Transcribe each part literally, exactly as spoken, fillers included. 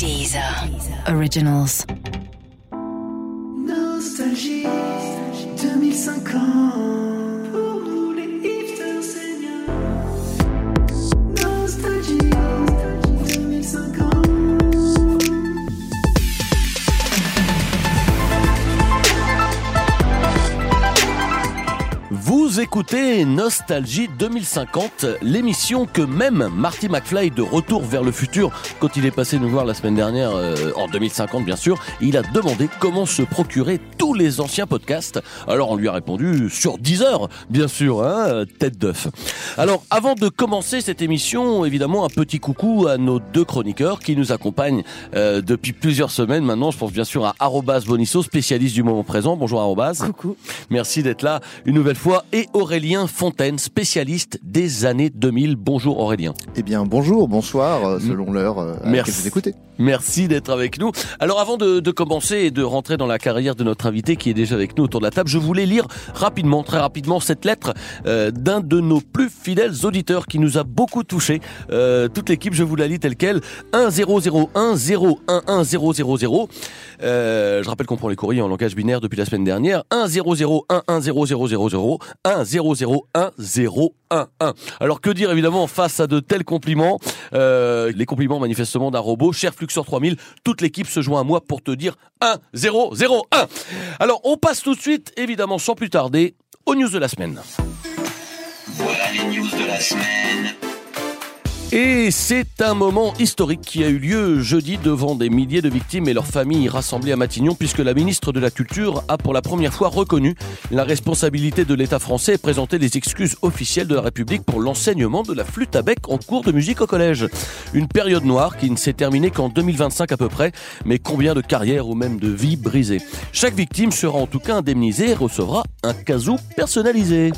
Deezer Originals. Nostalgie deux mille cinquante. Pour nous les hipsters seniors. Nostalgie deux mille cinquante. Vous écoutez Nostalgie deux mille cinquante, l'émission que même Marty McFly de Retour vers le futur, quand il est passé nous voir la semaine dernière, euh, en deux mille cinquante bien sûr, il a demandé comment se procurer tous les anciens podcasts. Alors on lui a répondu sur Deezer, bien sûr, hein, tête d'œuf. Alors avant de commencer cette émission, évidemment un petit coucou à nos deux chroniqueurs qui nous accompagnent euh, depuis plusieurs semaines maintenant. Je pense bien sûr à Arobase Bonisso, spécialiste du moment présent. Bonjour Arobase. Coucou. Merci d'être là une nouvelle fois. Et Aurélien Fontaine, spécialiste des années deux mille. Bonjour Aurélien. Eh bien bonjour, bonsoir, selon l'heure à laquelle vous écoutez. Merci d'être avec nous. Alors avant de, de commencer et de rentrer dans la carrière de notre invité qui est déjà avec nous autour de la table, je voulais lire rapidement, très rapidement, cette lettre euh, d'un de nos plus fidèles auditeurs qui nous a beaucoup touchés. Euh, toute l'équipe, je vous la lis telle quelle. un zéro zéro un zéro un un zéro zéro zéro. Euh, je rappelle qu'on prend les courriers en langage binaire depuis la semaine dernière. un zéro zéro un un zéro zéro zéro zéro. un zéro zéro un zéro un un. Alors que dire évidemment face à de tels compliments, euh, les compliments manifestement d'un robot. Cher Fluxor trois mille, toute l'équipe se joint à moi pour te dire un zéro zéro un. Alors on passe tout de suite évidemment sans plus tarder aux news de la semaine. Voilà les news de la semaine. Et c'est un moment historique qui a eu lieu jeudi devant des milliers de victimes et leurs familles rassemblées à Matignon, puisque la ministre de la Culture a pour la première fois reconnu la responsabilité de l'État français et présenté les excuses officielles de la République pour l'enseignement de la flûte à bec en cours de musique au collège. Une période noire qui ne s'est terminée qu'en deux mille vingt-cinq à peu près, mais combien de carrières ou même de vies brisées. Chaque victime sera en tout cas indemnisée et recevra un casou personnalisé.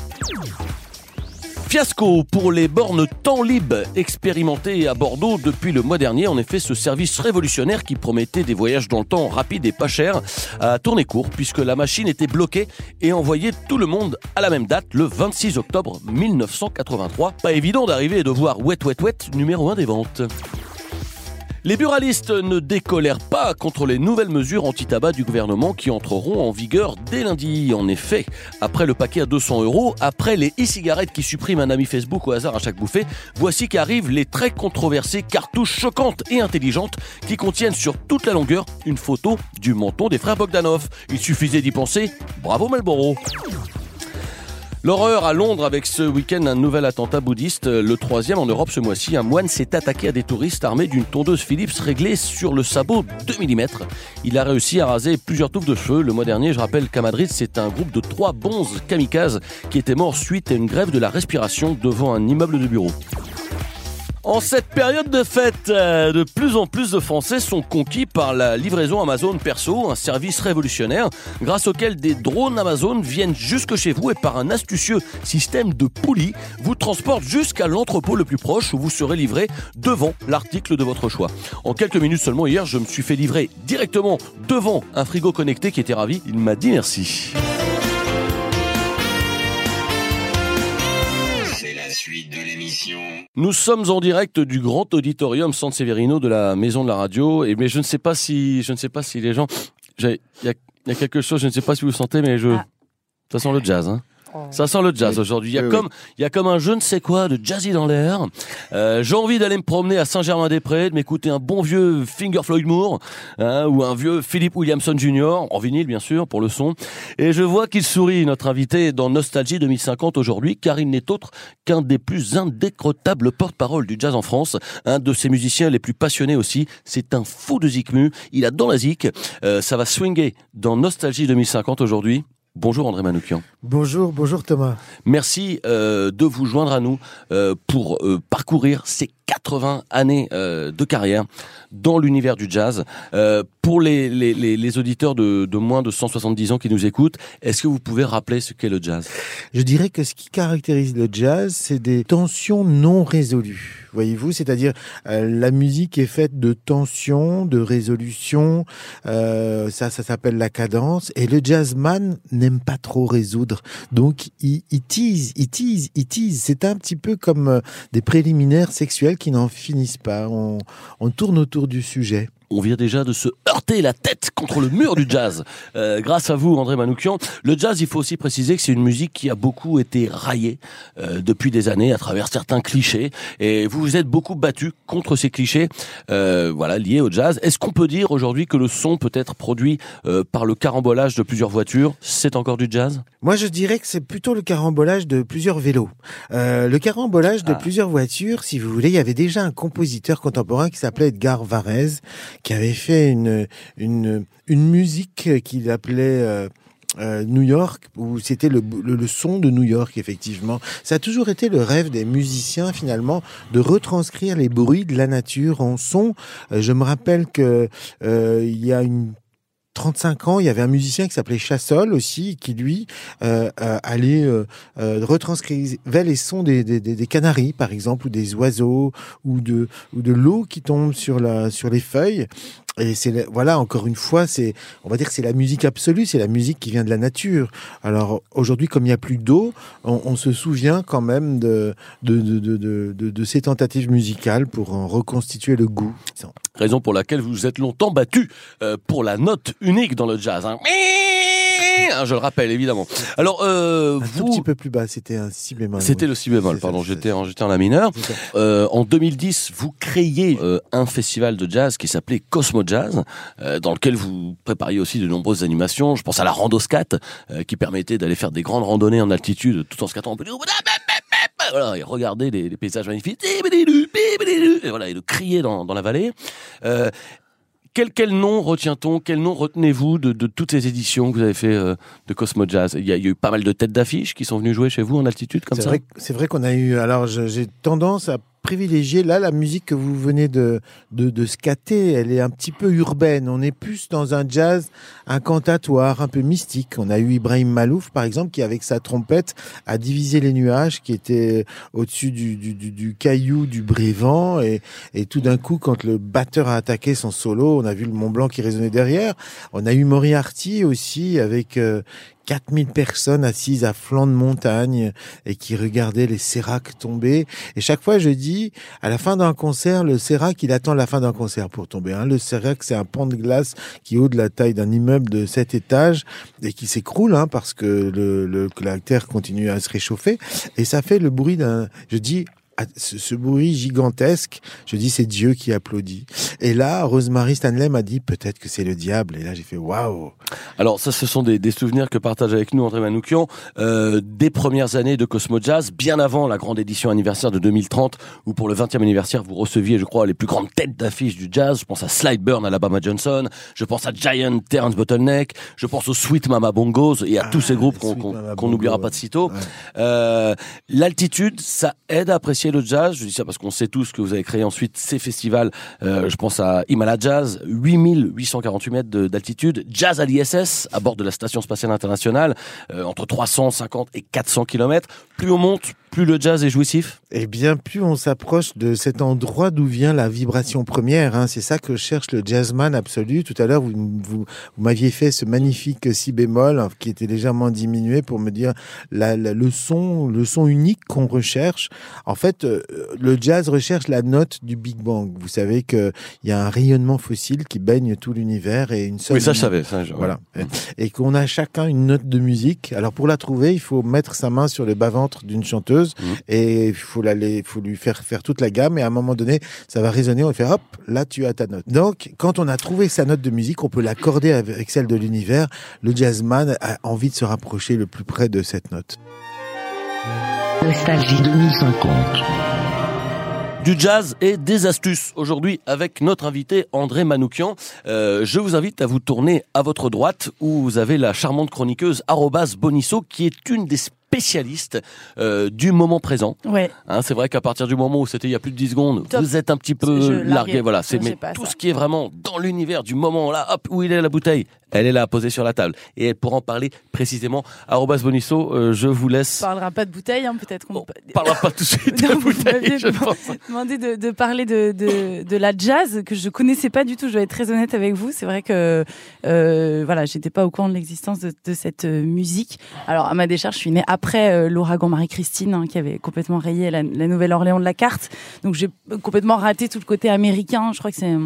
Fiasco pour les bornes temps libre expérimentées à Bordeaux depuis le mois dernier. En effet, ce service révolutionnaire qui promettait des voyages dans le temps rapides et pas chers a tourné court puisque la machine était bloquée et envoyait tout le monde à la même date, le vingt-six octobre mille neuf cent quatre-vingt-trois. Pas évident d'arriver et de voir Wet Wet Wet numéro un des ventes. Les buralistes ne décolèrent pas contre les nouvelles mesures anti-tabac du gouvernement qui entreront en vigueur dès lundi. En effet, après le paquet à deux cents euros, après les e-cigarettes qui suppriment un ami Facebook au hasard à chaque bouffée, voici qu'arrivent les très controversées cartouches choquantes et intelligentes qui contiennent sur toute la longueur une photo du menton des frères Bogdanov. Il suffisait d'y penser. Bravo Marlboro. L'horreur à Londres avec ce week-end un nouvel attentat bouddhiste, le troisième en Europe ce mois-ci. Un moine s'est attaqué à des touristes armés d'une tondeuse Philips réglée sur le sabot deux millimètres. Il a réussi à raser plusieurs touffes de cheveux. Le mois dernier, je rappelle qu'à Madrid, c'est un groupe de trois bonzes kamikazes qui étaient morts suite à une grève de la respiration devant un immeuble de bureaux. En cette période de fête, de plus en plus de Français sont conquis par la livraison Amazon Perso, un service révolutionnaire grâce auquel des drones Amazon viennent jusque chez vous et par un astucieux système de poulies vous transportent jusqu'à l'entrepôt le plus proche où vous serez livré devant l'article de votre choix. En quelques minutes seulement hier, je me suis fait livrer directement devant un frigo connecté qui était ravi. Il m'a dit merci. Suite de l'émission. Nous sommes en direct du grand auditorium San Severino de la Maison de la Radio. Et mais je ne sais pas si, je ne sais pas si les gens, il y a, y a quelque chose, je ne sais pas si vous le sentez, mais je, ah. ça sent le jazz, hein. Ça sent le jazz aujourd'hui. Il y a oui, comme, oui. il y a comme un je ne sais quoi de jazzy dans l'air. Euh, j'ai envie d'aller me promener à Saint-Germain-des-Prés, de m'écouter un bon vieux Finger Floyd Moore, hein, ou un vieux Philip Williamson junior, en vinyle bien sûr, pour le son. Et je vois qu'il sourit, notre invité dans Nostalgie deux mille cinquante aujourd'hui, car il n'est autre qu'un des plus indécrottables porte-parole du jazz en France, un de ses musiciens les plus passionnés aussi. C'est un fou de Zikmu. Il a dans la zik. Euh, ça va swinger dans Nostalgie deux mille cinquante aujourd'hui. Bonjour André Manoukian. Bonjour, bonjour Thomas. Merci euh, de vous joindre à nous euh, pour euh, parcourir ces quatre-vingts années euh, de carrière dans l'univers du jazz. Euh, pour les, les, les, les auditeurs de, de moins de cent soixante-dix ans qui nous écoutent, est-ce que vous pouvez rappeler ce qu'est le jazz ? Je dirais que ce qui caractérise le jazz, c'est des tensions non résolues. Voyez-vous, c'est-à-dire euh, la musique est faite de tensions, de résolutions, euh, ça, ça s'appelle la cadence, et le jazzman n'aime pas trop résoudre. Donc, il, il tease, il tease, il tease. C'est un petit peu comme euh, des préliminaires sexuels qui n'en finissent pas. On, on tourne autour du sujet. on vient déjà de se heurter la tête contre le mur du jazz. Euh, grâce à vous, André Manoukian. Le jazz, il faut aussi préciser que c'est une musique qui a beaucoup été raillée euh, depuis des années à travers certains clichés. Et vous vous êtes beaucoup battu contre ces clichés euh, voilà, liés au jazz. Est-ce qu'on peut dire aujourd'hui que le son peut être produit euh, par le carambolage de plusieurs voitures? C'est encore du jazz? Moi, je dirais que c'est plutôt le carambolage de plusieurs vélos. Euh, le carambolage de ah. plusieurs voitures, si vous voulez, il y avait déjà un compositeur contemporain qui s'appelait Edgar Varèse, qui avait fait une une une musique qu'il appelait euh, euh, New York, où c'était le, le le son de New York, effectivement. Ça a toujours été le rêve des musiciens, finalement, de retranscrire les bruits de la nature en son. Euh, je me rappelle que euh, il y a une trente-cinq ans, il y avait un musicien qui s'appelait Chassol aussi, qui lui euh, euh, allait euh, euh, retranscrire les sons des, des, des canaris, par exemple, ou des oiseaux, ou de ou de l'eau qui tombe sur la sur les feuilles. Et c'est voilà, encore une fois, c'est on va dire que c'est la musique absolue, c'est la musique qui vient de la nature. Alors aujourd'hui, comme il n'y a plus d'eau, on, on se souvient quand même de de, de de de de de ces tentatives musicales pour en reconstituer le goût. Raison pour laquelle vous vous êtes longtemps battu euh, pour la note unique dans le jazz. Hein. Je le rappelle, évidemment. Alors, euh, un vous... tout petit peu plus bas, c'était un si bémol. C'était le si bémol, pardon, j'étais en, j'étais en la mineure. Euh, en deux mille dix, vous créiez euh, un festival de jazz qui s'appelait Cosmo Jazz, euh, dans lequel vous prépariez aussi de nombreuses animations. Je pense à la randoscat, euh, qui permettait d'aller faire des grandes randonnées en altitude, tout en scatant. Voilà, et regarder les, les paysages magnifiques, et voilà, et de crier dans, dans la vallée. Euh, Quel, quel nom retient-on, quel nom retenez-vous de, de toutes ces éditions que vous avez fait euh, de Cosmo Jazz? Il y, a, il y a eu pas mal de têtes d'affiches qui sont venues jouer chez vous en altitude comme c'est ça. Vrai, c'est vrai qu'on a eu. Alors je, j'ai tendance à privilégier là la musique que vous venez de, de de scatter. Elle est un petit peu urbaine. On est plus dans un jazz incantatoire, un peu mystique. On a eu Ibrahim Malouf par exemple qui avec sa trompette a divisé les nuages qui étaient au-dessus du du, du, du caillou du Brévent et et tout d'un coup quand le batteur a attaqué son solo, on a vu le Mont Blanc qui résonnait derrière. On a eu Moriarty aussi avec euh, quatre mille personnes assises à flanc de montagne et qui regardaient les séracs tomber. Et chaque fois, je dis, à la fin d'un concert, le sérac, il attend la fin d'un concert pour tomber. Hein. Le sérac, c'est un pan de glace qui est haut de la taille d'un immeuble de sept étages et qui s'écroule hein, parce que, le, le, que la terre continue à se réchauffer. Et ça fait le bruit d'un... Je dis... Ce, ce bruit gigantesque, je dis c'est Dieu qui applaudit. Et là, Rosemary Stanley m'a dit peut-être que c'est le diable. Et là, j'ai fait waouh. Alors ça, ce sont des, des souvenirs que partage avec nous André Manoukian euh, des premières années de Cosmo Jazz, bien avant la grande édition anniversaire de deux mille trente, où pour le vingtième anniversaire, vous receviez, je crois, les plus grandes têtes d'affiche du jazz. Je pense à Slideburn, Alabama Johnson, je pense à Giant, Terence Bottleneck, je pense aux Sweet Mama Bongos et à ah, tous ces groupes qu'on, qu'on, qu'on n'oubliera pas de sitôt. Ouais. Euh, l'altitude, ça aide à apprécier le jazz. Je dis ça parce qu'on sait tous que vous avez créé ensuite ces festivals. Euh, je pense à Himalaya Jazz, huit mille huit cent quarante-huit mètres de, d'altitude. Jazz à l'I S S, à bord de la Station Spatiale Internationale, euh, entre trois cent cinquante et quatre cents kilomètres. Plus on monte, plus le jazz est jouissif. Eh bien, plus on s'approche de cet endroit d'où vient la vibration première. Hein. C'est ça que cherche le jazzman absolu. Tout à l'heure, vous, vous, vous m'aviez fait ce magnifique si bémol hein, qui était légèrement diminué pour me dire la, la, le son, le son unique qu'on recherche. En fait, euh, le jazz recherche la note du Big Bang. Vous savez qu'il y a un rayonnement fossile qui baigne tout l'univers et une seule. Oui, ça je savais. Ça, je... Voilà. Mmh. Et, et qu'on a chacun une note de musique. Alors pour la trouver, il faut mettre sa main sur le bas-ventre d'une chanteuse mmh. et il faut il faut lui faire faire toute la gamme et à un moment donné, ça va résonner, on va faire hop, là tu as ta note. Donc, quand on a trouvé sa note de musique, on peut l'accorder avec celle de l'univers. Le jazzman a envie de se rapprocher le plus près de cette note. Nostalgie deux mille cinquante. Du jazz et des astuces aujourd'hui avec notre invité André Manoukian. Euh, je vous invite à vous tourner à votre droite où vous avez la charmante chroniqueuse arobase Bonisso qui est une des spécialiste euh, du moment présent. Ouais. Hein, c'est vrai qu'à partir du moment où c'était il y a plus de dix secondes, Top. vous êtes un petit peu largué. Voilà, c'est mais tout ça. Ce qui est vraiment dans l'univers du moment là, hop, où il est la bouteille, elle est là posée sur la table et elle pourra en parler précisément. Arobase Bonisso, euh, je vous laisse. On parlera pas de bouteille, hein, peut-être. On ne parlera pas tout de suite de bouteille. Je pense. Demandé de, de parler de, de, de la jazz que je connaissais pas du tout. Je vais être très honnête avec vous. C'est vrai que euh, voilà, j'étais pas au courant de l'existence de, de cette euh, musique. Alors à ma décharge, je suis née après euh, l'ouragan Marie-Christine hein, qui avait complètement rayé la, la Nouvelle-Orléans de la carte. Donc j'ai complètement raté tout le côté américain. Je crois que c'est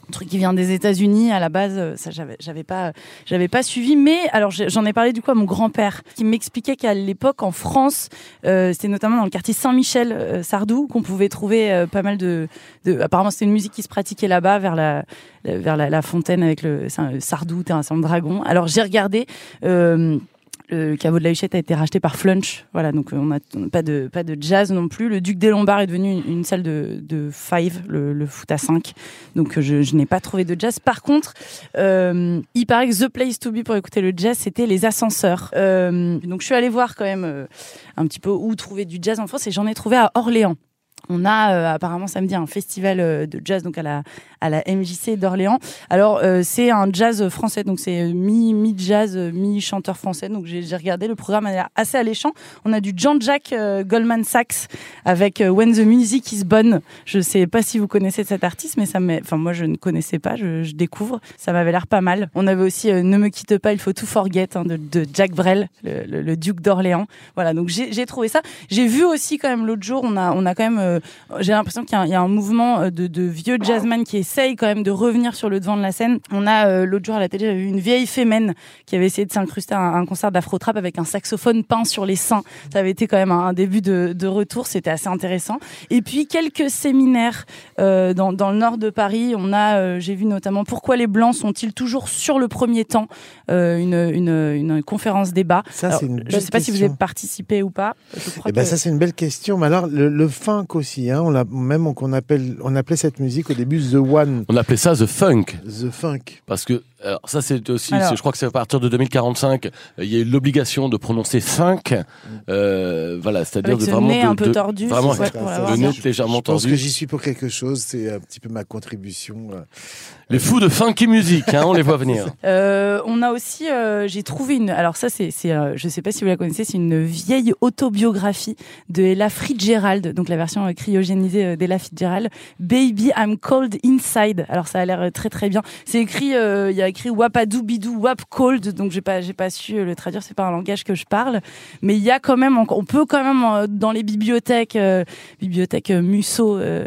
un truc qui vient des États-Unis à la base. Ça, j'avais, j'avais pas, j'avais pas suivi. Mais alors, j'en ai parlé du coup à mon grand-père, qui m'expliquait qu'à l'époque en France, euh, c'était notamment dans le quartier Saint-Michel, euh, Sardou, qu'on pouvait trouver euh, pas mal de, de. Apparemment, c'était une musique qui se pratiquait là-bas, vers la, vers la, la fontaine avec le Sardou, Terrain sans dragon. Alors, j'ai regardé. Euh, Le caveau de la Huchette a été racheté par Flunch, voilà, donc on n'a pas de pas de jazz non plus. Le Duc des Lombards est devenu une, une salle de de five, le, le foot à cinq, donc je, je n'ai pas trouvé de jazz. Par contre, euh, il paraît que the place to be pour écouter le jazz, c'était les ascenseurs. Euh, donc je suis allée voir quand même euh, un petit peu où trouver du jazz en France et j'en ai trouvé à Orléans. On a euh, apparemment samedi un festival euh, de jazz donc à la à la M J C d'Orléans. Alors euh, c'est un jazz français, donc c'est mi mi jazz, mi chanteur français. Donc j'ai, j'ai regardé le programme, a l'air assez alléchant. On a du Jean-Jacques euh, Goldman Sachs avec euh, When the Music is Born. Je sais pas si vous connaissez cet artiste, mais ça m'est, enfin moi je ne connaissais pas, je, je découvre. Ça m'avait l'air pas mal. On avait aussi euh, Ne me quitte pas, il faut tout forget hein, de, de Jacques Brel, le, le, le duc d'Orléans. Voilà, donc j'ai, j'ai trouvé ça. J'ai vu aussi quand même l'autre jour, on a on a quand même euh, j'ai l'impression qu'il y a, un, il y a un mouvement de, de vieux jazzman qui essayent quand même de revenir sur le devant de la scène. On a euh, l'autre jour à la télé, j'avais vu une vieille fémène qui avait essayé de s'incruster à un, un concert d'afro-trap avec un saxophone peint sur les seins. Ça avait été quand même un, un début de, de retour, c'était assez intéressant. Et puis quelques séminaires euh, dans, dans le nord de Paris. On a, euh, j'ai vu notamment Pourquoi les Blancs sont-ils toujours sur le premier temps, euh, une, une, une conférence débat. Ça, alors, c'est une belle je ne sais pas question. si vous avez participé ou pas. Je crois Eh ben que... ça c'est une belle question. Mais alors le, le funk aussi, hein, on l'a même qu'on appelle, on appelait cette musique au début The One. On appelait ça The Funk. The Funk. Parce que alors ça c'est aussi, alors, c'est, je crois que c'est à partir de deux mille quarante-cinq, il y a eu l'obligation de prononcer funk. Euh, voilà, c'est-à-dire avec de ce vraiment nez de, un peu de, tordu, vraiment c'est pour l'avoir le bien. nez légèrement Je pense tordu. que j'y suis pour quelque chose. C'est un petit peu ma contribution. Les fous de funky music, hein, on les voit venir. Euh, on a aussi, euh, j'ai trouvé une. Alors ça, c'est, c'est, euh, je sais pas si vous la connaissez, c'est une vieille autobiographie de Ella Fitzgerald, donc la version euh, cryogénisée d'Ella Fitzgerald. Baby, I'm cold inside. Alors ça a l'air très très bien. C'est écrit, euh, il y a écrit Wapadou bidou wap cold, donc j'ai pas, j'ai pas su le traduire. C'est pas un langage que je parle, mais il y a quand même, on peut quand même dans les bibliothèques, euh, bibliothèque Musso euh,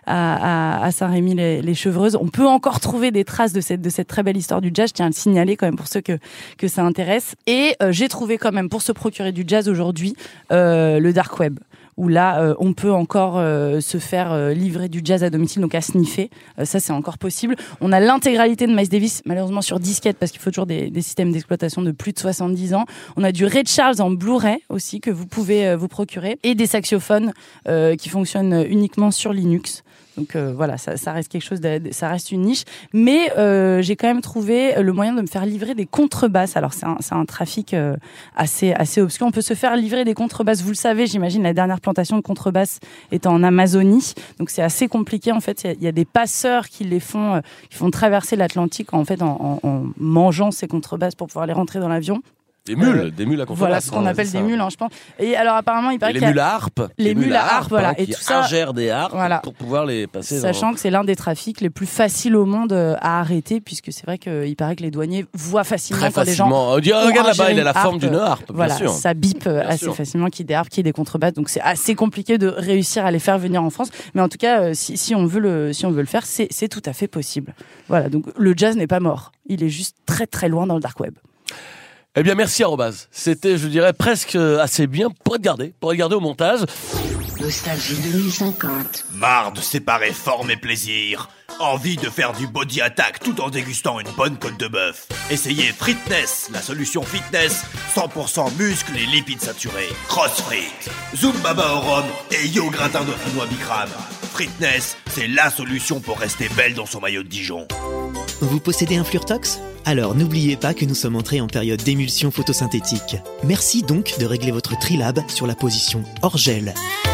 à, à, à Saint-Rémy-les-Chevreuses, on peut encore trouver des traces de cette de cette très belle histoire du jazz. Je tiens à le signaler quand même pour ceux que que ça intéresse. Et euh, j'ai trouvé quand même pour se procurer du jazz aujourd'hui euh, le dark web, où là euh, on peut encore euh, se faire euh, livrer du jazz à domicile, donc à sniffer. Euh, ça c'est encore possible. On a l'intégralité de Miles Davis, malheureusement sur disquette parce qu'il faut toujours des, des systèmes d'exploitation de plus de soixante-dix ans. On a du Ray Charles en Blu-ray aussi que vous pouvez euh, vous procurer, et des saxophones euh, qui fonctionnent uniquement sur Linux. Donc euh, voilà, ça, ça reste quelque chose, de, ça reste une niche. Mais euh, j'ai quand même trouvé le moyen de me faire livrer des contrebasses. Alors c'est un, c'est un trafic euh, assez, assez obscur. On peut se faire livrer des contrebasses. Vous le savez, j'imagine, la dernière plantation de contrebasses est en Amazonie. Donc c'est assez compliqué. En fait, il y, y a des passeurs qui les font, euh, qui font traverser l'Atlantique en fait en, en, en mangeant ces contrebasses pour pouvoir les rentrer dans l'avion. Des mules, euh, des mules à contrebasse. Voilà ce qu'on hein, appelle des mules, hein, je pense. Et alors apparemment, il paraît les qu'il y a mules à harpe, les mules à harpe, voilà, hein, et qui tout ça ingèrent des harpes voilà. pour pouvoir les passer. Sachant dans... que c'est l'un des trafics les plus faciles au monde à arrêter, puisque c'est vrai qu'il paraît que les douaniers voient facilement Très quand facilement. les gens. On dit, oh, regarde là-bas, il a la forme d'une harpe. Voilà, bien sûr. ça bip bien assez sûr. facilement qui est des harpes, qui est des contrebasses. Donc c'est assez compliqué de réussir à les faire venir en France. Mais en tout cas, si, si on veut le, si on veut le faire, c'est, c'est tout à fait possible. Voilà. Donc le jazz n'est pas mort. Il est juste très très loin dans le dark web. Eh bien, merci Arobase. C'était, je dirais, presque assez bien pour être gardé, pour être gardé au montage. Nostalgie deux mille cinquante. Marre de séparer forme et plaisir. Envie de faire du body attack tout en dégustant une bonne côte de bœuf. Essayez Fritness, la solution fitness, cent pour cent muscles et lipides saturés. Crossfit, Zumba au rhum et yo gratin de finois bicrame. Fritness, c'est la solution pour rester belle dans son maillot de Dijon. Vous possédez un Fluortox ? Alors n'oubliez pas que nous sommes entrés en période d'émulsion photosynthétique. Merci donc de régler votre Trilab sur la position hors gel.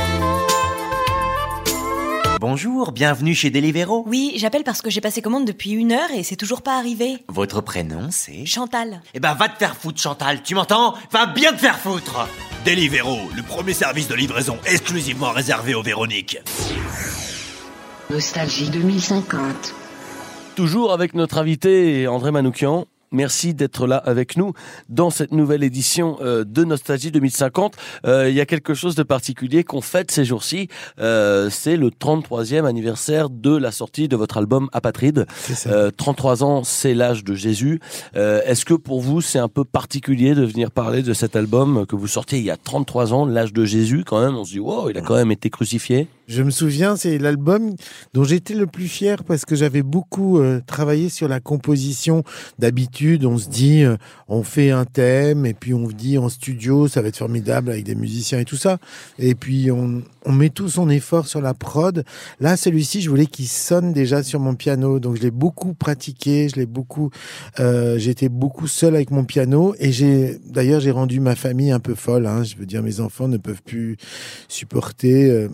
Bonjour, bienvenue chez Deliveroo. Oui, j'appelle parce que j'ai passé commande depuis une heure et c'est toujours pas arrivé. Votre prénom, c'est... Chantal. Eh ben, va te faire foutre, Chantal, tu m'entends ? Va bien te faire foutre ! Deliveroo, le premier service de livraison exclusivement réservé aux Véroniques. Nostalgie deux mille cinquante. Toujours avec notre invité André Manoukian. merci d'être là avec nous dans cette nouvelle édition euh, de Nostalgie deux mille cinquante. Euh, il y a quelque chose de particulier qu'on fête ces jours-ci. Euh, c'est le trente-troisième anniversaire de la sortie de votre album Apatride. Euh, trente-trois ans, c'est l'âge de Jésus. Euh, est-ce que pour vous, c'est un peu particulier de venir parler de cet album que vous sortiez il y a trente-trois ans, l'âge de Jésus quand même? On se dit, wow, il a quand même été crucifié. Je me souviens, c'est l'album dont j'étais le plus fier parce que j'avais beaucoup euh, travaillé sur la composition. D'habitude, on se dit, euh, on fait un thème et puis on se dit en studio, ça va être formidable avec des musiciens et tout ça. Et puis on, on met tout son effort sur la prod. Là, celui-ci, je voulais qu'il sonne déjà sur mon piano, donc je l'ai beaucoup pratiqué, je l'ai beaucoup, euh, j'étais beaucoup seul avec mon piano et j'ai, d'ailleurs, j'ai rendu ma famille un peu folle. Hein, je veux dire, mes enfants ne peuvent plus supporter. Euh,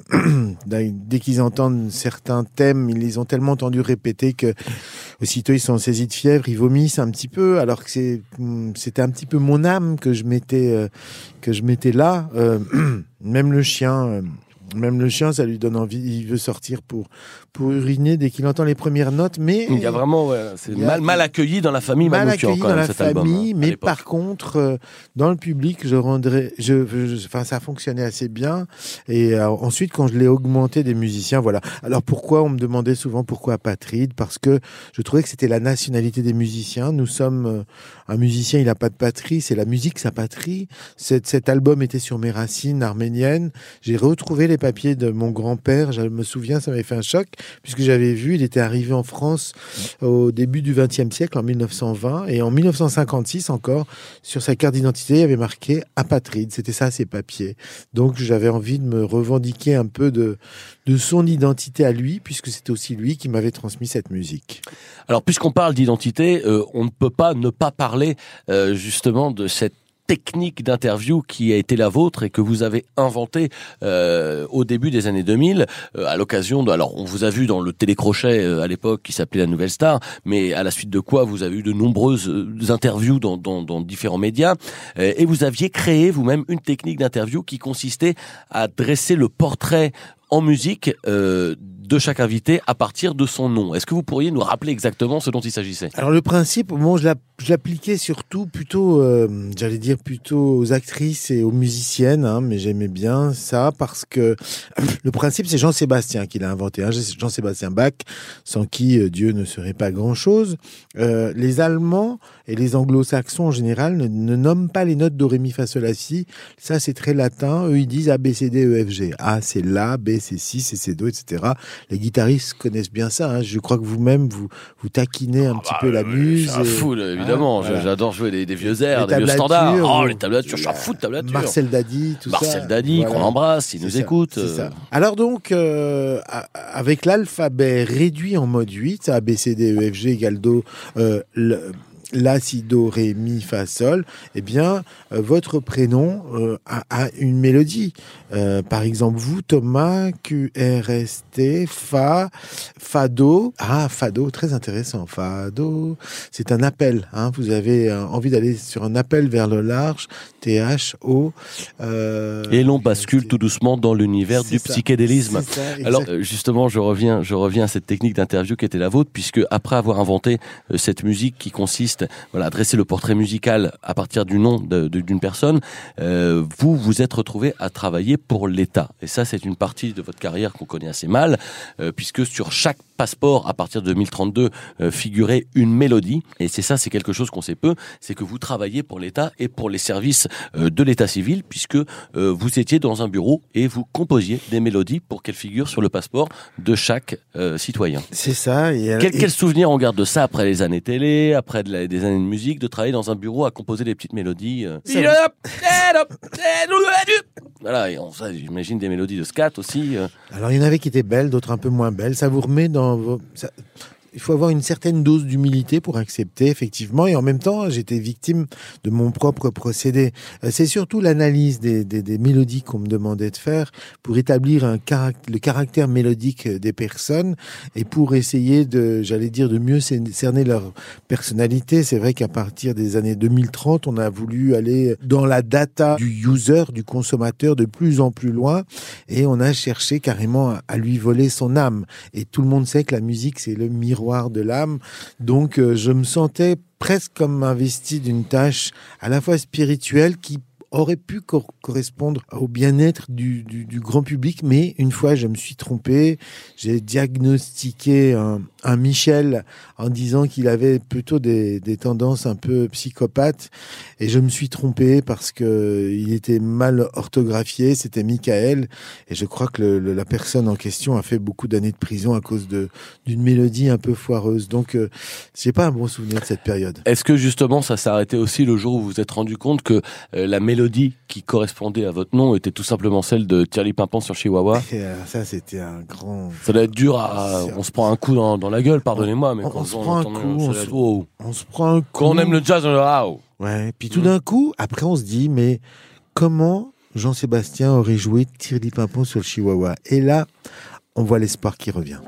Dès qu'ils entendent certains thèmes, ils les ont tellement entendus répéter que aussitôt ils sont saisis de fièvre, ils vomissent un petit peu, alors que c'est, c'était un petit peu mon âme que je mettais, euh, que je mettais là. Euh, même le chien, euh, même le chien, ça lui donne envie, il veut sortir pour, pour uriner dès qu'il entend les premières notes, mais... Il y a vraiment, ouais, c'est mal, mal accueilli dans la famille mal Manoukian, accueilli quand dans même, la cet famille, album, mais par contre, euh, dans le public, je rendrais, je, je, enfin, ça fonctionnait assez bien. Et euh, ensuite, quand je l'ai augmenté des musiciens, voilà. Alors pourquoi, on me demandait souvent pourquoi Apatride? Parce que je trouvais que c'était la nationalité des musiciens. Nous sommes, euh, un musicien, il n'a pas de patrie, c'est la musique, sa patrie. Cet, cet album était sur mes racines arméniennes. J'ai retrouvé les papiers de mon grand-père, je me souviens, ça m'avait fait un choc, puisque j'avais vu, il était arrivé en France au début du vingtième siècle, en mille neuf cent vingt, et en mille neuf cent cinquante-six encore, sur sa carte d'identité, il y avait marqué Apatride, c'était ça ses papiers. Donc j'avais envie de me revendiquer un peu de, de son identité à lui, puisque c'était aussi lui qui m'avait transmis cette musique. Alors puisqu'on parle d'identité, euh, on ne peut pas ne pas parler euh, justement de cette technique d'interview qui a été la vôtre et que vous avez inventée euh, au début des années deux mille, euh, à l'occasion de... Alors, on vous a vu dans le télécrochet euh, à l'époque qui s'appelait La Nouvelle Star, mais à la suite de quoi vous avez eu de nombreuses euh, interviews dans, dans, dans différents médias, euh, et vous aviez créé vous-même une technique d'interview qui consistait à dresser le portrait en musique euh, de chaque invité à partir de son nom. Est-ce que vous pourriez nous rappeler exactement ce dont il s'agissait? Alors le principe, bon, je l'appliquais surtout plutôt, euh, j'allais dire plutôt aux actrices et aux musiciennes, hein, mais j'aimais bien ça parce que le principe, c'est Jean-Sébastien qui l'a inventé, hein, Jean-Sébastien Bach, sans qui euh, Dieu ne serait pas grand-chose. Euh, les Allemands et les Anglo-Saxons en général ne, ne nomment pas les notes do, ré, mi, fa, sol, la, si. Ça, c'est très latin. Eux, ils disent A, B, C, D, E, F, G. A, c'est La, B, c'est Si, C, c'est Do, et cetera. Les guitaristes connaissent bien ça. Hein. Je crois que vous-même, vous, vous taquinez un ah petit bah, peu la muse. Je suis un fou, évidemment. Ah, voilà. J'adore jouer des, des vieux airs, des vieux standards. Oh, les tablatures, je suis un fou de tablatures. Marcel Dady, tout Marcel ça. Marcel Dady, voilà. Qu'on embrasse, il nous ça, écoute. C'est ça. Alors donc, euh, avec l'alphabet réduit en mode huit, A, B, C, D, E, F, G égale Do, euh, le, La, Si, Do, Ré, Mi, Fa, Sol, eh bien, euh, votre prénom euh, a, a une mélodie. Euh, par exemple, vous, Thomas, Q, R, S, T, Fa, Fado. Ah, Fado, très intéressant. Fado, c'est un appel. Hein, vous avez euh, envie d'aller sur un appel vers le large. T, H, O. Euh, Et l'on bascule tout doucement dans l'univers du ça, psychédélisme. Ça, Alors, euh, justement, je reviens, je reviens à cette technique d'interview qui était la vôtre, puisque après avoir inventé euh, cette musique qui consiste voilà, dresser le portrait musical à partir du nom de, de, d'une personne, euh, vous vous êtes retrouvé à travailler pour l'État. Et ça, c'est une partie de votre carrière qu'on connaît assez mal, euh, puisque sur chaque passeport, à partir de deux mille trente-deux, euh, figurait une mélodie. Et c'est ça, c'est quelque chose qu'on sait peu, c'est que vous travaillez pour l'État et pour les services euh, de l'État civil, puisque euh, vous étiez dans un bureau et vous composiez des mélodies pour qu'elles figurent sur le passeport de chaque euh, citoyen. C'est ça. Et quel, et... quel souvenir on garde de ça après les années télé, après de la, des années de musique, de travailler dans un bureau à composer des petites mélodies euh... Voilà, et on, ça, j'imagine des mélodies de scat aussi. Euh. Alors, il y en avait qui étaient belles, d'autres un peu moins belles. Ça vous remet dans vos... Ça... Il faut avoir une certaine dose d'humilité pour accepter, effectivement. Et en même temps, j'étais victime de mon propre procédé. C'est surtout l'analyse des, des, des mélodies qu'on me demandait de faire pour établir un caract- le caractère mélodique des personnes et pour essayer de, j'allais dire, de mieux cerner leur personnalité. C'est vrai qu'à partir des années deux mille trente, on a voulu aller dans la data du user, du consommateur, de plus en plus loin. Et on a cherché carrément à, à lui voler son âme. Et tout le monde sait que la musique, c'est le miroir de l'âme. Donc, euh, je me sentais presque comme investi d'une tâche à la fois spirituelle qui aurait pu co- correspondre au bien-être du, du, du grand public, mais une fois je me suis trompé, j'ai diagnostiqué un, un Michel en disant qu'il avait plutôt des, des tendances un peu psychopathes, et je me suis trompé parce que il était mal orthographié, c'était Michael, et je crois que le, le, la personne en question a fait beaucoup d'années de prison à cause de d'une mélodie un peu foireuse. Donc euh, j'ai pas un bon souvenir de cette période. Est-ce que justement ça s'est arrêté aussi le jour où vous vous êtes rendu compte que euh, la mélodie mélodie qui correspondait à votre nom était tout simplement celle de Thierry Pimpant sur Chihuahua? Et alors ça, c'était un grand... Ça doit être dur à... On se prend un coup dans, dans la gueule, pardonnez-moi, mais on, quand on se on, prend un entend, coup, on, on, se... se... oh. on se prend un coup. Quand on aime le jazz, on est là. Oh. Ouais, puis tout mmh. d'un coup, après on se dit, mais comment Jean-Sébastien aurait joué Thierry Pimpant sur le Chihuahua? Et là, on voit l'espoir qui revient.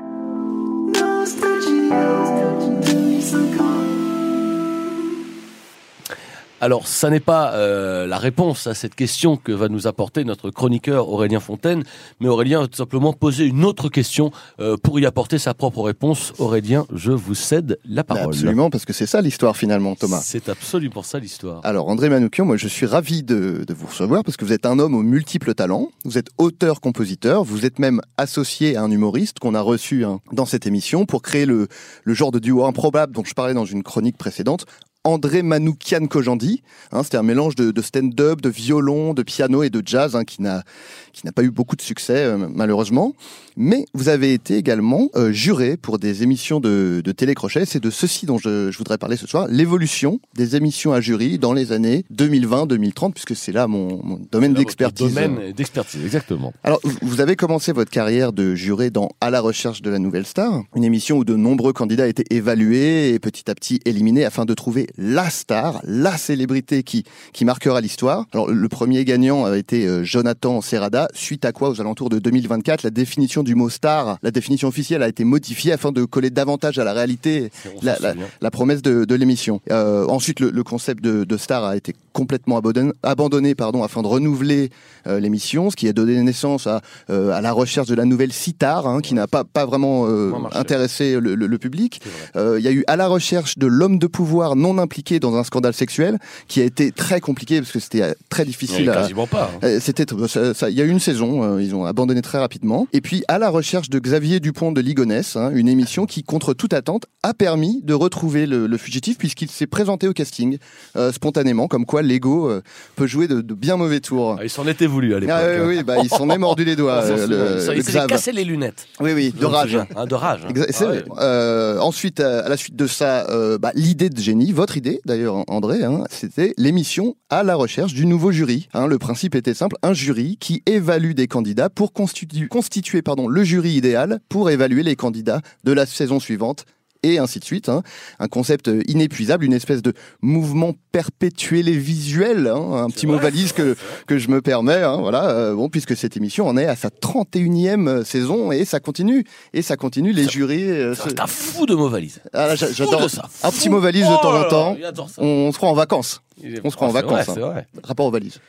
Alors, ça n'est pas euh, la réponse à cette question que va nous apporter notre chroniqueur Aurélien Fontaine, mais Aurélien va tout simplement poser une autre question euh, pour y apporter sa propre réponse. Aurélien, je vous cède la parole. Absolument, parce que c'est ça l'histoire finalement, Thomas. C'est absolument ça l'histoire. Alors, André Manoukian, moi je suis ravi de, de vous recevoir parce que vous êtes un homme aux multiples talents. Vous êtes auteur-compositeur, vous êtes même associé à un humoriste qu'on a reçu hein, dans cette émission pour créer le, le genre de duo improbable dont je parlais dans une chronique précédente. André Manoukian Kojandi, hein, c'était un mélange de, de stand-up, de violon, de piano et de jazz hein, qui n'a qui n'a pas eu beaucoup de succès euh, malheureusement. Mais vous avez été également euh, juré pour des émissions de, de télécrochet. C'est de ceci dont je, je voudrais parler ce soir, l'évolution des émissions à jury dans les années deux mille vingt deux mille trente, puisque c'est là mon, mon domaine d'expertise. Domaine d'expertise, exactement. Alors, vous avez commencé votre carrière de juré dans À la recherche de la nouvelle star, une émission où de nombreux candidats étaient évalués et petit à petit éliminés afin de trouver la star, la célébrité qui, qui marquera l'histoire. Alors, le premier gagnant a été Jonathan Serrada, suite à quoi, aux alentours de deux mille vingt-quatre, la définition du mot star, la définition officielle a été modifiée afin de coller davantage à la réalité, la, la, la promesse de, de l'émission. Euh, ensuite, le, le concept de, de star a été complètement abandonné, abandonné pardon, afin de renouveler euh, l'émission, ce qui a donné naissance à, euh, à la recherche de la nouvelle sitar, hein, qui n'a pas, pas vraiment euh, intéressé le, le, le public. Il euh, y a eu À la recherche de l'homme de pouvoir non impliqué dans un scandale sexuel, qui a été très compliqué parce que c'était très difficile. À... Quasiment pas. Hein. C'était, ça, ça, il y a eu une saison, euh, ils ont abandonné très rapidement. Et puis À la recherche de Xavier Dupont de Ligonnès, hein, une émission qui, contre toute attente, a permis de retrouver le, le fugitif puisqu'il s'est présenté au casting euh, spontanément, comme quoi l'ego euh, peut jouer de, de bien mauvais tours. Ah, il s'en était voulu à l'époque. Ah, oui, oui, bah, il s'en est mordu les doigts. euh, le, ça, le il s'est cassé les lunettes. Oui, oui, de rage. Hein, de rage. Hein. Exa- c'est ah, ouais. euh, ensuite, à la suite de ça, euh, bah, l'idée de génie, votre idée d'ailleurs, André, hein, c'était l'émission À la recherche du nouveau jury. Hein, le principe était simple, un jury qui évalue des candidats pour constitu- constituer pardon, le jury idéal pour évaluer les candidats de la saison suivante. Et ainsi de suite, hein. Un concept inépuisable, une espèce de mouvement perpétuel et visuel, hein. Un petit mot valise que que je me permets, hein, voilà. Euh, bon, puisque cette émission en est à sa trente et unième saison et ça continue, et ça continue. Les ça, jurys. Euh, c'est un fou de mots valises. Ah, là, j'adore ça. Un petit mot valise de temps en temps. On, on se croit en vacances. On se croit en vacances. Vrai, hein. Rapport aux valises.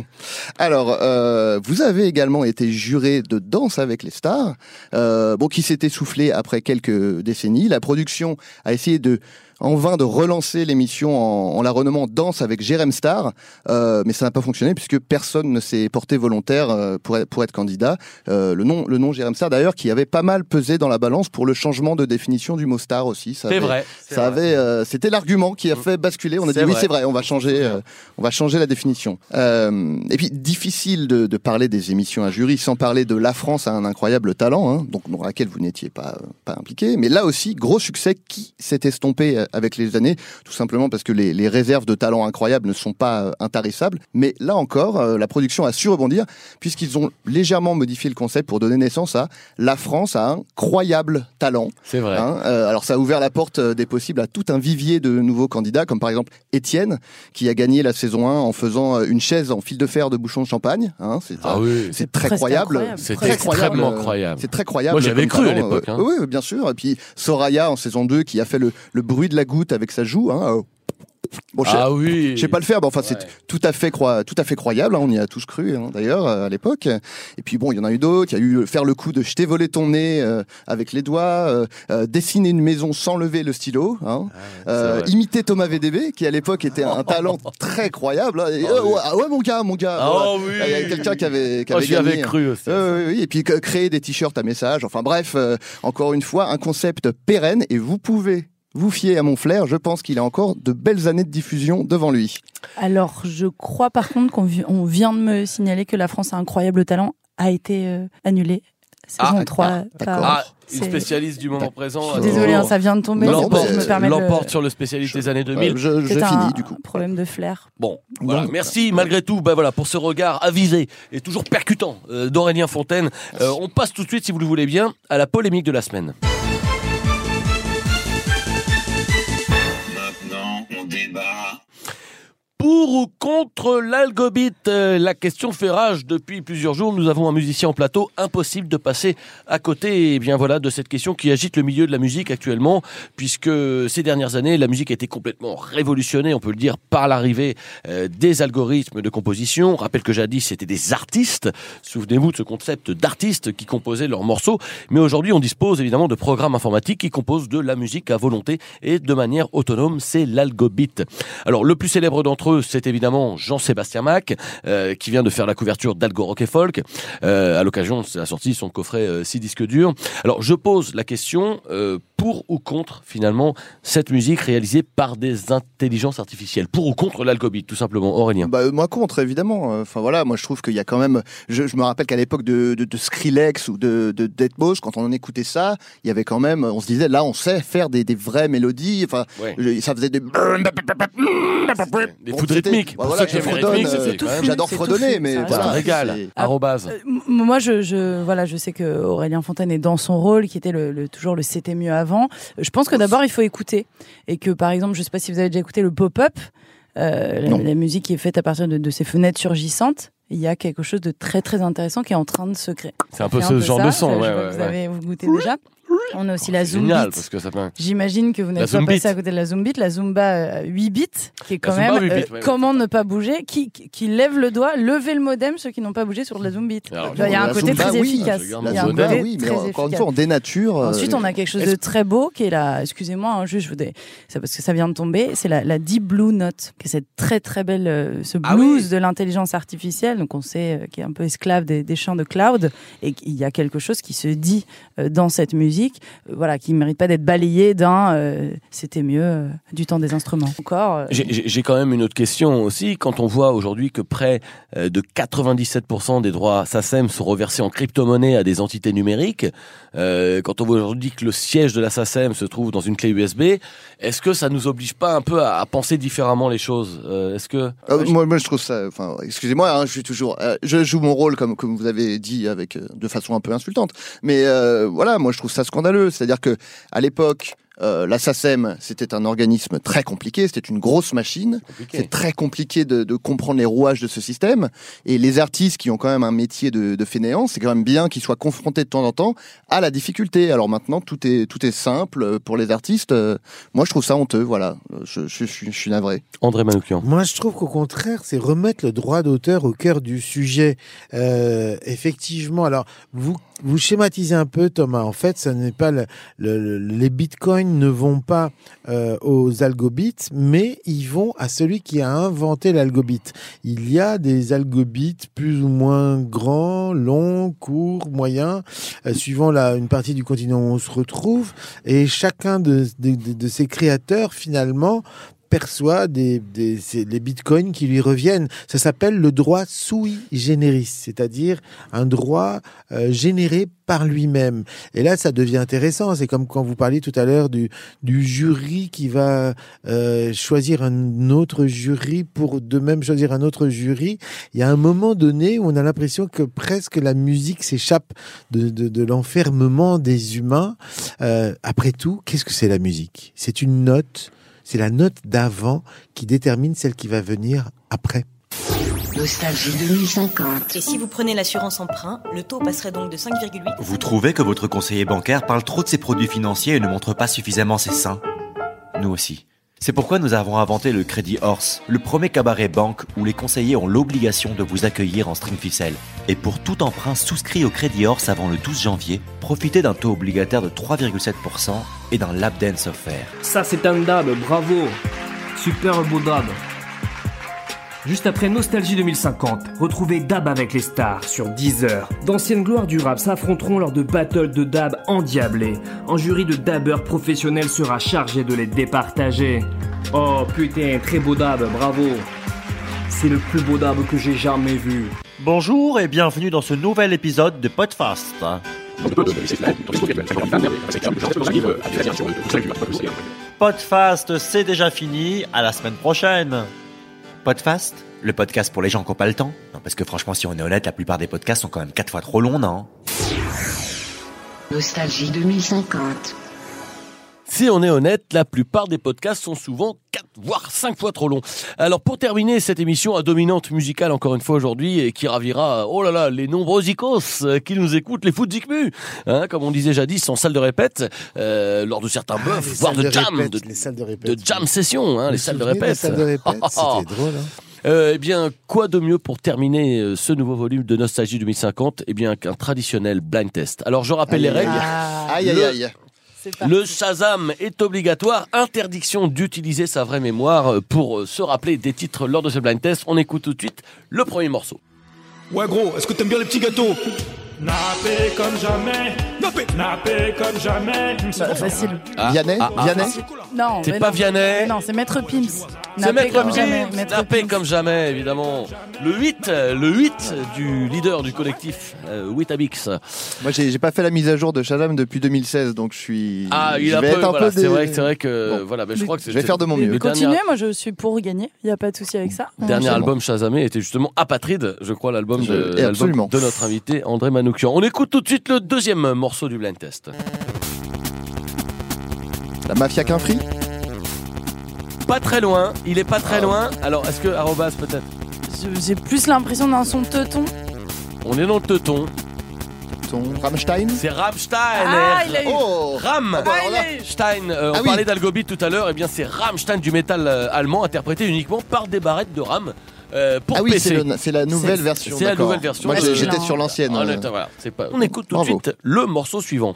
Alors, euh, vous avez également été juré de Danse avec les stars, euh, bon, qui s'est essoufflé après quelques décennies. La production a essayé de en vain de relancer l'émission en, en la renommant Danse avec Jérém Star, euh, mais ça n'a pas fonctionné puisque personne ne s'est porté volontaire euh, pour, être, pour être candidat. Euh, le nom, le nom Jérém Star d'ailleurs, qui avait pas mal pesé dans la balance pour le changement de définition du mot star aussi. Ça c'est avait, vrai. C'est ça vrai. avait, euh, c'était l'argument qui a fait basculer. On a c'est dit oui, vrai. c'est vrai, on va changer, euh, on va changer la définition. Euh, et puis difficile de, de parler des émissions à jury sans parler de La France a un incroyable talent, hein, donc dans laquelle vous n'étiez pas pas impliqué. Mais là aussi, gros succès qui s'est estompé avec les années. Tout simplement parce que les, les réserves de talents incroyables ne sont pas euh, intarissables. Mais là encore, euh, la production a su rebondir puisqu'ils ont légèrement modifié le concept pour donner naissance à La France a un incroyable talent. C'est vrai. Hein, euh, alors ça a ouvert la porte euh, des possibles à tout un vivier de nouveaux candidats, comme par exemple Étienne, qui a gagné la saison un en faisant euh, une chaise en fil de fer de bouchon de champagne. Hein, c'est ah euh, oui. c'est très croyable. C'est extrêmement croyable. C'est très croyable. Moi j'avais cru talent, à l'époque. Hein. Euh, oui, bien sûr. Et puis Soraya en saison deux qui a fait le, le bruit de la goutte avec sa joue. Hein, euh, Bon, je, ah oui. Je sais pas le faire, mais enfin, ouais. c'est tout à fait croi- tout à fait croyable. Hein, on y a tous cru, hein, d'ailleurs, euh, à l'époque. Et puis bon, il y en a eu d'autres. Il y a eu faire le coup de je t'ai volé ton nez euh, avec les doigts, euh, euh, dessiner une maison sans lever le stylo, hein, ah, euh, imiter Thomas V D B, qui à l'époque était un, un talent très croyable. Et, oh, euh, oui. ouais, ah ouais, mon gars, mon gars. Oh, voilà. oui. Il y a quelqu'un qui avait, qui avait oh, j'y gagné. avais cru aussi. Euh, oui, oui. Et puis que, créer des t-shirts à message. Enfin bref, euh, encore une fois, un concept pérenne. Et vous pouvez vous fier à mon flair. Je pense qu'il a encore de belles années de diffusion devant lui. Alors, je crois par contre qu'on vi- on vient de me signaler que La France a un incroyable talent a été euh, annulée. Saison Ah, trois. ah, d'accord. Ah, une c'est- spécialiste du moment présent. Je suis désolée, hein, ça vient de tomber. c'est pour L'emporte, que je me permette l'emporte le- sur le spécialiste des années deux mille. Euh, je je C'est finis un du coup. problème de flair. Bon, voilà. Donc, Merci malgré tout bah, voilà, pour ce regard avisé et toujours percutant euh, d'Aurélien Fontaine. Euh, on passe tout de suite, si vous le voulez bien, à la polémique de la semaine. Maintenant, on débat. Pour ou contre l'algobit? Euh, La question fait rage depuis plusieurs jours. Nous avons un musicien en plateau. Impossible de passer à côté eh bien voilà, de cette question qui agite le milieu de la musique actuellement, puisque ces dernières années, la musique a été complètement révolutionnée, on peut le dire, par l'arrivée euh, des algorithmes de composition. Rappelle que jadis, c'était des artistes. Souvenez-vous de ce concept d'artistes qui composaient leurs morceaux. Mais aujourd'hui, on dispose évidemment de programmes informatiques qui composent de la musique à volonté et de manière autonome. C'est l'algobit. Alors, le plus célèbre d'entre eux, c'est évidemment Jean-Sébastien Bach, euh, qui vient de faire la couverture d'Algo Rock et Folk, euh, à l'occasion de la sortie de son coffret euh, six disques durs. Alors, je pose la question, euh, pour ou contre, finalement, cette musique réalisée par des intelligences artificielles? Pour ou contre l'algobit, tout simplement, Aurélien? Bah, moi contre, évidemment. Enfin voilà, moi je trouve qu'il y a quand même. Je, je me rappelle qu'à l'époque de, de, de Skrillex ou de, de deadmau five, quand on en écoutait ça, il y avait quand même. On se disait, là, on sait faire des, des vraies mélodies. Enfin, ouais. je, ça faisait des. Des foudes rythmiques. Bah, voilà, je fredonne. Euh, J'adore fredonner, mais ça voilà. C'est un régal. c'est- Arrobase. Euh, m- moi, je, je, voilà, je sais que Aurélien Fontaine est dans son rôle, qui était le, le- toujours le c'était mieux avant. Je pense que d'abord, il faut écouter. Et que, par exemple, je sais pas si vous avez déjà écouté le pop-up, euh, la, la musique qui est faite à partir de, de ces fenêtres surgissantes. Il y a quelque chose de très, très intéressant qui est en train de se créer. C'est un peu fait ce genre ça. de son. Je Ouais, vois ouais, que vous ouais. avez vous goûtez déjà. On a aussi la C'est Zoom génial, Beat. parce que ça peut... J'imagine que vous La n'êtes pas Zoom passé Beat. à côté de la Zoom Beat, la Zumba euh, huit bits, qui est quand La Zumba même huit bits, euh, ouais, ouais, comment ne pas bouger, qui, qui, qui lève le doigt, levez le modem, ceux qui n'ont pas bougé sur la Zoom Beat. Alors, Il y a un la côté Zumba, très oui. efficace. Je regarde Il y a La un Zumba, côté oui, mais très encore une efficace. fois, on dénature. euh, Ensuite, on a quelque chose de très beau qui est la, excusez-moi, hein, juste, je voudrais, c'est parce que ça vient de tomber, c'est la, la Deep Blue Note, qui est cette très très belle, euh, ce Ah blues oui. de l'intelligence artificielle, donc on sait, euh, qui est un peu esclave des, des chants de cloud, et il y a quelque chose qui se dit euh, dans cette musique, euh, voilà, qui ne mérite pas d'être balayé d'un euh, c'était mieux euh, du temps des instruments. Encore. euh, J'ai- J'ai j'ai quand même une autre question aussi. Quand on voit aujourd'hui que près euh, de quatre-vingt-dix-sept pour cent des droits SACEM sont reversés en crypto-monnaie à des entités numériques, euh, quand on voit aujourd'hui que le siège de la SACEM se trouve dans une clé U S B, est-ce que ça nous oblige pas un peu à, à penser différemment les choses? euh, Est-ce que Euh, moi, moi, je trouve ça. Enfin, excusez-moi, hein, je suis toujours. euh, je joue mon rôle comme comme vous avez dit avec euh, de façon un peu insultante. Mais euh, voilà, moi, je trouve ça scandaleux. C'est-à-dire que à l'époque. Euh, la SACEM, c'était un organisme très compliqué, c'était une grosse machine. Compliqué. C'est très compliqué de, de comprendre les rouages de ce système. Et les artistes qui ont quand même un métier de, de fainéant, c'est quand même bien qu'ils soient confrontés de temps en temps à la difficulté. Alors maintenant, tout est, tout est simple pour les artistes. Euh, moi, je trouve ça honteux, voilà. Je, je, je, suis- je suis navré. André Manoukian? Moi, je trouve qu'au contraire, c'est remettre le droit d'auteur au cœur du sujet. Euh, effectivement, alors, vous, vous schématisez un peu, Thomas. En fait, ce n'est pas le, le- le- les bitcoins ne vont pas euh, aux algobits, mais ils vont à celui qui a inventé l'algobit. Il y a des algobits plus ou moins grands, longs, courts, moyens, euh, suivant la, une partie du continent où on se retrouve. Et chacun de, de, de, de ces créateurs, finalement, perçoit des, des, c'est les bitcoins qui lui reviennent. Ça s'appelle le droit sui generis, c'est-à-dire un droit euh, généré par lui-même. Et là, ça devient intéressant. C'est comme quand vous parliez tout à l'heure du, du jury qui va euh, choisir un autre jury pour de même choisir un autre jury. Il y a un moment donné où on a l'impression que presque la musique s'échappe de, de, de l'enfermement des humains. Euh, après tout, qu'est-ce que c'est la musique? C'est une note. C'est la note d'avant qui détermine celle qui va venir après. Nostalgie deux mille cinquante. Et si vous prenez l'assurance emprunt, le taux passerait donc de cinq virgule huit. Vous trouvez que votre conseiller bancaire parle trop de ses produits financiers et ne montre pas suffisamment ses seins? Nous aussi. C'est pourquoi nous avons inventé le Credit Horse, le premier cabaret banque où les conseillers ont l'obligation de vous accueillir en string ficelle. Et pour tout emprunt souscrit au Credit Horse avant le douze janvier, profitez d'un taux obligataire de trois virgule sept pour cent et d'un lap dance offert. Ça c'est un dab, bravo. Super beau dab. Juste après Nostalgie deux mille cinquante, retrouvez Dab avec les stars sur Deezer. D'anciennes gloires du rap s'affronteront lors de battles de dab endiablés. Un jury de dabbeurs professionnels sera chargé de les départager. Oh putain, très beau dab, bravo. C'est le plus beau dab que j'ai jamais vu. Bonjour et bienvenue dans ce nouvel épisode de Podfast. Podfast, c'est déjà fini, à la semaine prochaine. Podfast, le podcast pour les gens qui n'ont pas le temps. Non, parce que franchement, si on est honnête, la plupart des podcasts sont quand même quatre fois trop longs, non ? Nostalgie deux mille cinquante. Si on est honnête, la plupart des podcasts sont souvent quatre voire cinq fois trop longs. Alors pour terminer cette émission à dominante musicale encore une fois aujourd'hui et qui ravira, oh là là, les nombreux icos qui nous écoutent, les footzikmus, hein, comme on disait jadis en salle de répète, euh, lors de certains Ah, buffs, les voire salles de de jam, répète, de, les salles de répète. de jam session, hein, Vous les vous salles de souvenez des répète. salles de répète, c'était drôle, hein. Euh, eh bien, quoi de mieux pour terminer euh, ce nouveau volume de Nostalgie deux mille cinquante, eh bien qu'un traditionnel blind test. Alors je rappelle Aïe, les règles. Ah. Aïe, aïe, aïe. Le Shazam est obligatoire, interdiction d'utiliser sa vraie mémoire pour se rappeler des titres lors de ce blind test. On écoute tout de suite le premier morceau. Ouais gros, est-ce que t'aimes bien les petits gâteaux? Nappé comme jamais, nappé, nappé comme jamais. Bah, facile. Ah, Vianney ah, ah, Vianney Non, C'est mais pas non. Vianney. Non, c'est Maître Pimps. C'est Nappé Maître comme jamais. Pimps, Maître nappé Pimps. comme jamais, évidemment. Le huit, le huit du leader du collectif, euh, Witabix. Moi, j'ai, j'ai pas fait la mise à jour de Shazam depuis deux mille seize, donc je suis. Ah, il je a vais peu, être un voilà, peu c'est des- vrai, c'est vrai que, Bon. voilà, mais je crois que c'est. Je vais faire de mon le mieux. dernier- Continuez, moi je suis pour gagner. Il n'y a pas de souci avec ça. Dernier Ouais. album Shazamé était justement Apatride, je crois, l'album Je- de, et l'album absolument. de notre invité André Manoukian. On écoute tout de suite le deuxième morceau du blind test. La mafia qu'un free Pas très loin, il est pas très loin. Alors, est-ce que arrobas peut-être? Je- J'ai plus l'impression d'un son teuton. On est dans le teuton. Ton Rammstein C'est Rammstein. Ah, R- il a eu. Oh Ram Ah bah alors là- Stein, euh, Ah on oui. parlait d'Algobeat tout à l'heure, et bien c'est Rammstein du métal euh, allemand interprété uniquement par des barrettes de Ram euh, pour Ah oui, P C. c'est, le- c'est la nouvelle C'est- version. c'est la d'accord. nouvelle version. Moi, Ouais, j'ai- c'est j'étais lent. sur l'ancienne. Ah, euh. attends, voilà, c'est pas... On écoute tout Bravo. de suite le morceau suivant.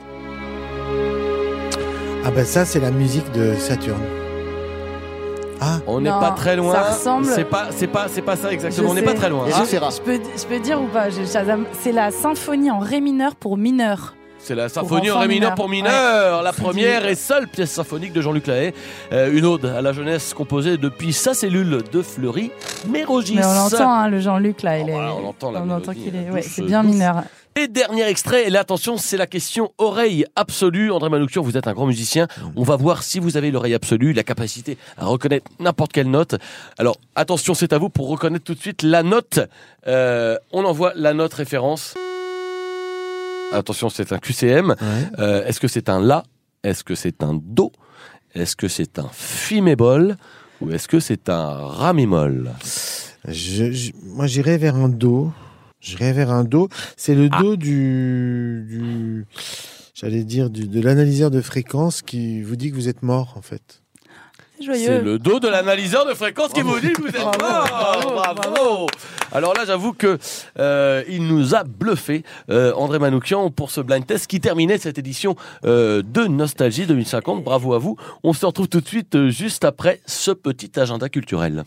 Ah ben ça, c'est la musique de Saturne. Ah, On n'est Non, pas très loin. ça ressemble- C'est pas, c'est pas, c'est pas ça exactement. Je On n'est sais. pas très loin. Et Ah, je sais- Je peux, je peux dire ou pas j'ai Shazam. C'est la symphonie en ré mineur pour mineur. c'est la symphonie en enfants ré mineur mineurs. pour mineurs, la C'est première du- et seule pièce symphonique de Jean-Luc Lahaye. Euh, une ode à la jeunesse composée depuis sa cellule de Fleury Mérogis. Mais on l'entend, hein, le Jean-Luc là. Il Oh, est... voilà, on entend la on mélodie, entend qu'il la est. Ouais, douce, c'est bien douce. mineur. Et dernier extrait, et là attention, c'est la question oreille absolue. André Manoukian, vous êtes un grand musicien. On va voir si vous avez l'oreille absolue, la capacité à reconnaître n'importe quelle note. Alors attention, c'est à vous pour reconnaître tout de suite la note. Euh, on envoie la note référence. Attention, c'est un Q C M. ouais. Euh, est-ce que c'est un La? Est-ce que c'est un Do? Est-ce que c'est un fi bémol? Ou est-ce que c'est un Ra bémol? Je, je- moi j'irais vers un Do. J'irais vers un Do. C'est le Do du, du, j'allais dire du, de l'analyseur de fréquence qui vous dit que vous êtes mort en fait. C'est joyeux. C'est le dos de l'analyseur de fréquence qui vous dit que vous êtes Bravo, mort. bravo, Bravo. Alors là, j'avoue que euh, il nous a bluffé, euh, André Manoukian, pour ce blind test qui terminait cette édition euh, de Nostalgie deux mille cinquante. Bravo à vous. On se retrouve tout de suite euh, juste après ce petit agenda culturel.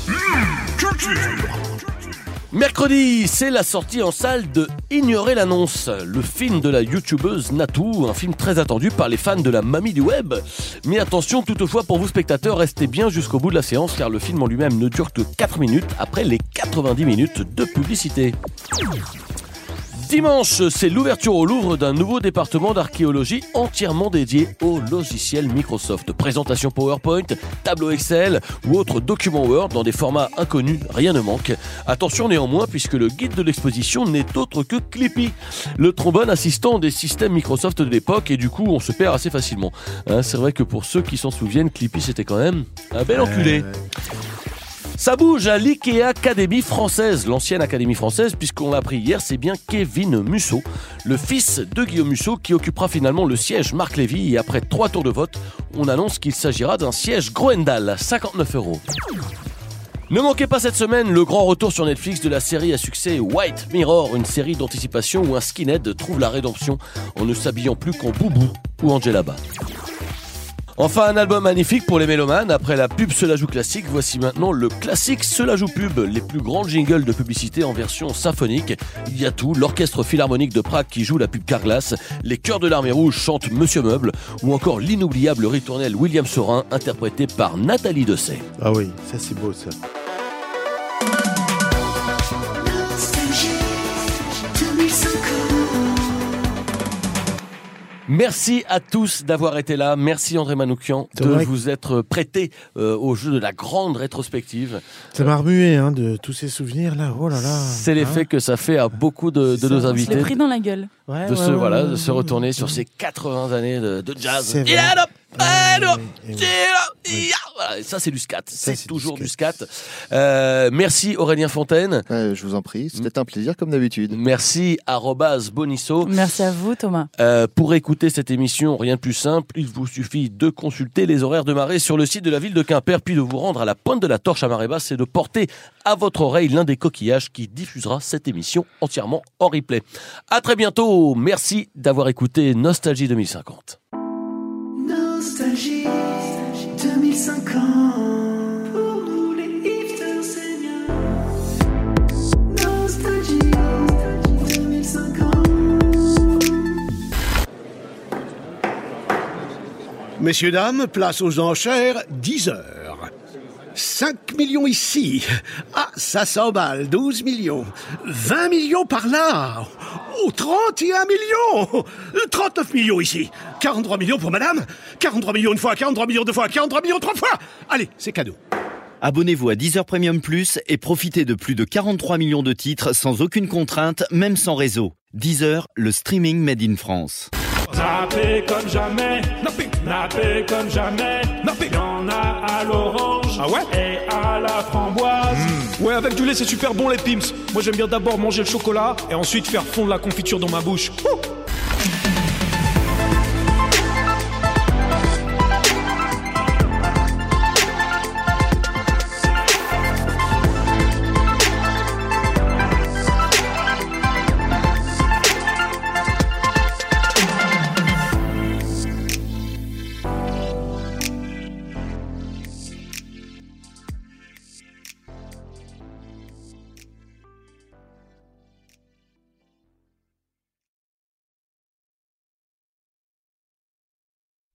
Mercredi, c'est la sortie en salle de Ignorer l'annonce, le film de la youtubeuse Natou, un film très attendu par les fans de la mamie du web. Mais attention toutefois pour vous spectateurs, restez bien jusqu'au bout de la séance car le film en lui-même ne dure que quatre minutes après les quatre-vingt-dix minutes de publicité. Dimanche, c'est l'ouverture au Louvre d'un nouveau département d'archéologie entièrement dédié au logiciel Microsoft. Présentation PowerPoint, tableau Excel ou autres documents Word dans des formats inconnus, rien ne manque. Attention néanmoins puisque le guide de l'exposition n'est autre que Clippy, le trombone assistant des systèmes Microsoft de l'époque et du coup on se perd assez facilement. Hein, c'est vrai que pour ceux qui s'en souviennent, Clippy c'était quand même un bel enculé. Ça bouge à l'Ikea Académie française, l'ancienne Académie française, puisqu'on l'a appris hier, c'est bien Kevin Musso, le fils de Guillaume Musso, qui occupera finalement le siège Marc Lévy. Et après trois tours de vote, on annonce qu'il s'agira d'un siège Groendal, cinquante-neuf euros. Ne manquez pas cette semaine le grand retour sur Netflix de la série à succès White Mirror, une série d'anticipation où un skinhead trouve la rédemption en ne s'habillant plus qu'en boubou ou en djellaba. Enfin, un album magnifique pour les mélomanes. Après la pub Cela joue classique, voici maintenant le classique Cela joue pub. Les plus grands jingles de publicité en version symphonique. Il y a tout, l'orchestre philharmonique de Prague qui joue la pub Carglass, les chœurs de l'Armée Rouge chantent Monsieur Meuble, ou encore l'inoubliable ritournelle William Saurin, interprété par Nathalie Dessay. Ah oui, ça c'est beau ça. Merci à tous d'avoir été là. Merci André Manoukian de vrai. vous être prêté euh, au jeu de la grande rétrospective. Ça m'a remué hein, de tous ces souvenirs là. Oh là là. C'est l'effet hein que ça fait à beaucoup de, de nos Je invités. l'ai pris dans la gueule. Ouais, de ouais, se ouais, voilà, ouais, de se ouais, retourner ouais. sur ces quatre-vingts années de, de jazz. C'est vrai. Yeah, hop, Ouais, hop, ouais, ouais. yeah, voilà, et ça c'est du scat, Ça, c'est c'est toujours du du scat. Euh, merci Aurélien Fontaine. Ouais, je vous en prie, c'était un plaisir comme d'habitude. Merci arobase Bonisso. Merci à vous, Thomas. Euh, pour écouter cette émission, rien de plus simple, il vous suffit de consulter les horaires de marée sur le site de la ville de Quimper, puis de vous rendre à la pointe de la torche à marée basse et de porter à votre oreille l'un des coquillages qui diffusera cette émission entièrement en replay. À très bientôt, merci d'avoir écouté Nostalgie deux mille cinquante. Nostalgie deux mille cinquante. Pour nous les hipsters seniors. Nostalgie deux mille cinquante. Messieurs, dames, place aux enchères, dix heures. cinq millions ici. Ah, ça s'emballe, douze millions. vingt millions par là. Oh, trente et un millions. trente-neuf millions ici. quarante-trois millions pour madame. quarante-trois millions une fois, quarante-trois millions deux fois, quarante-trois millions trois fois. Allez, c'est cadeau. Abonnez-vous à Deezer Premium Plus et profitez de plus de quarante-trois millions de titres sans aucune contrainte, même sans réseau. Deezer, le streaming made in France. Nappé comme jamais, nappé, nappé comme jamais, nappé. Y'en a à l'orange, ah ouais, et à la framboise. Mmh. Ouais, avec du lait, c'est super bon les Pims. Moi, j'aime bien d'abord manger le chocolat et ensuite faire fondre la confiture dans ma bouche. Ouh.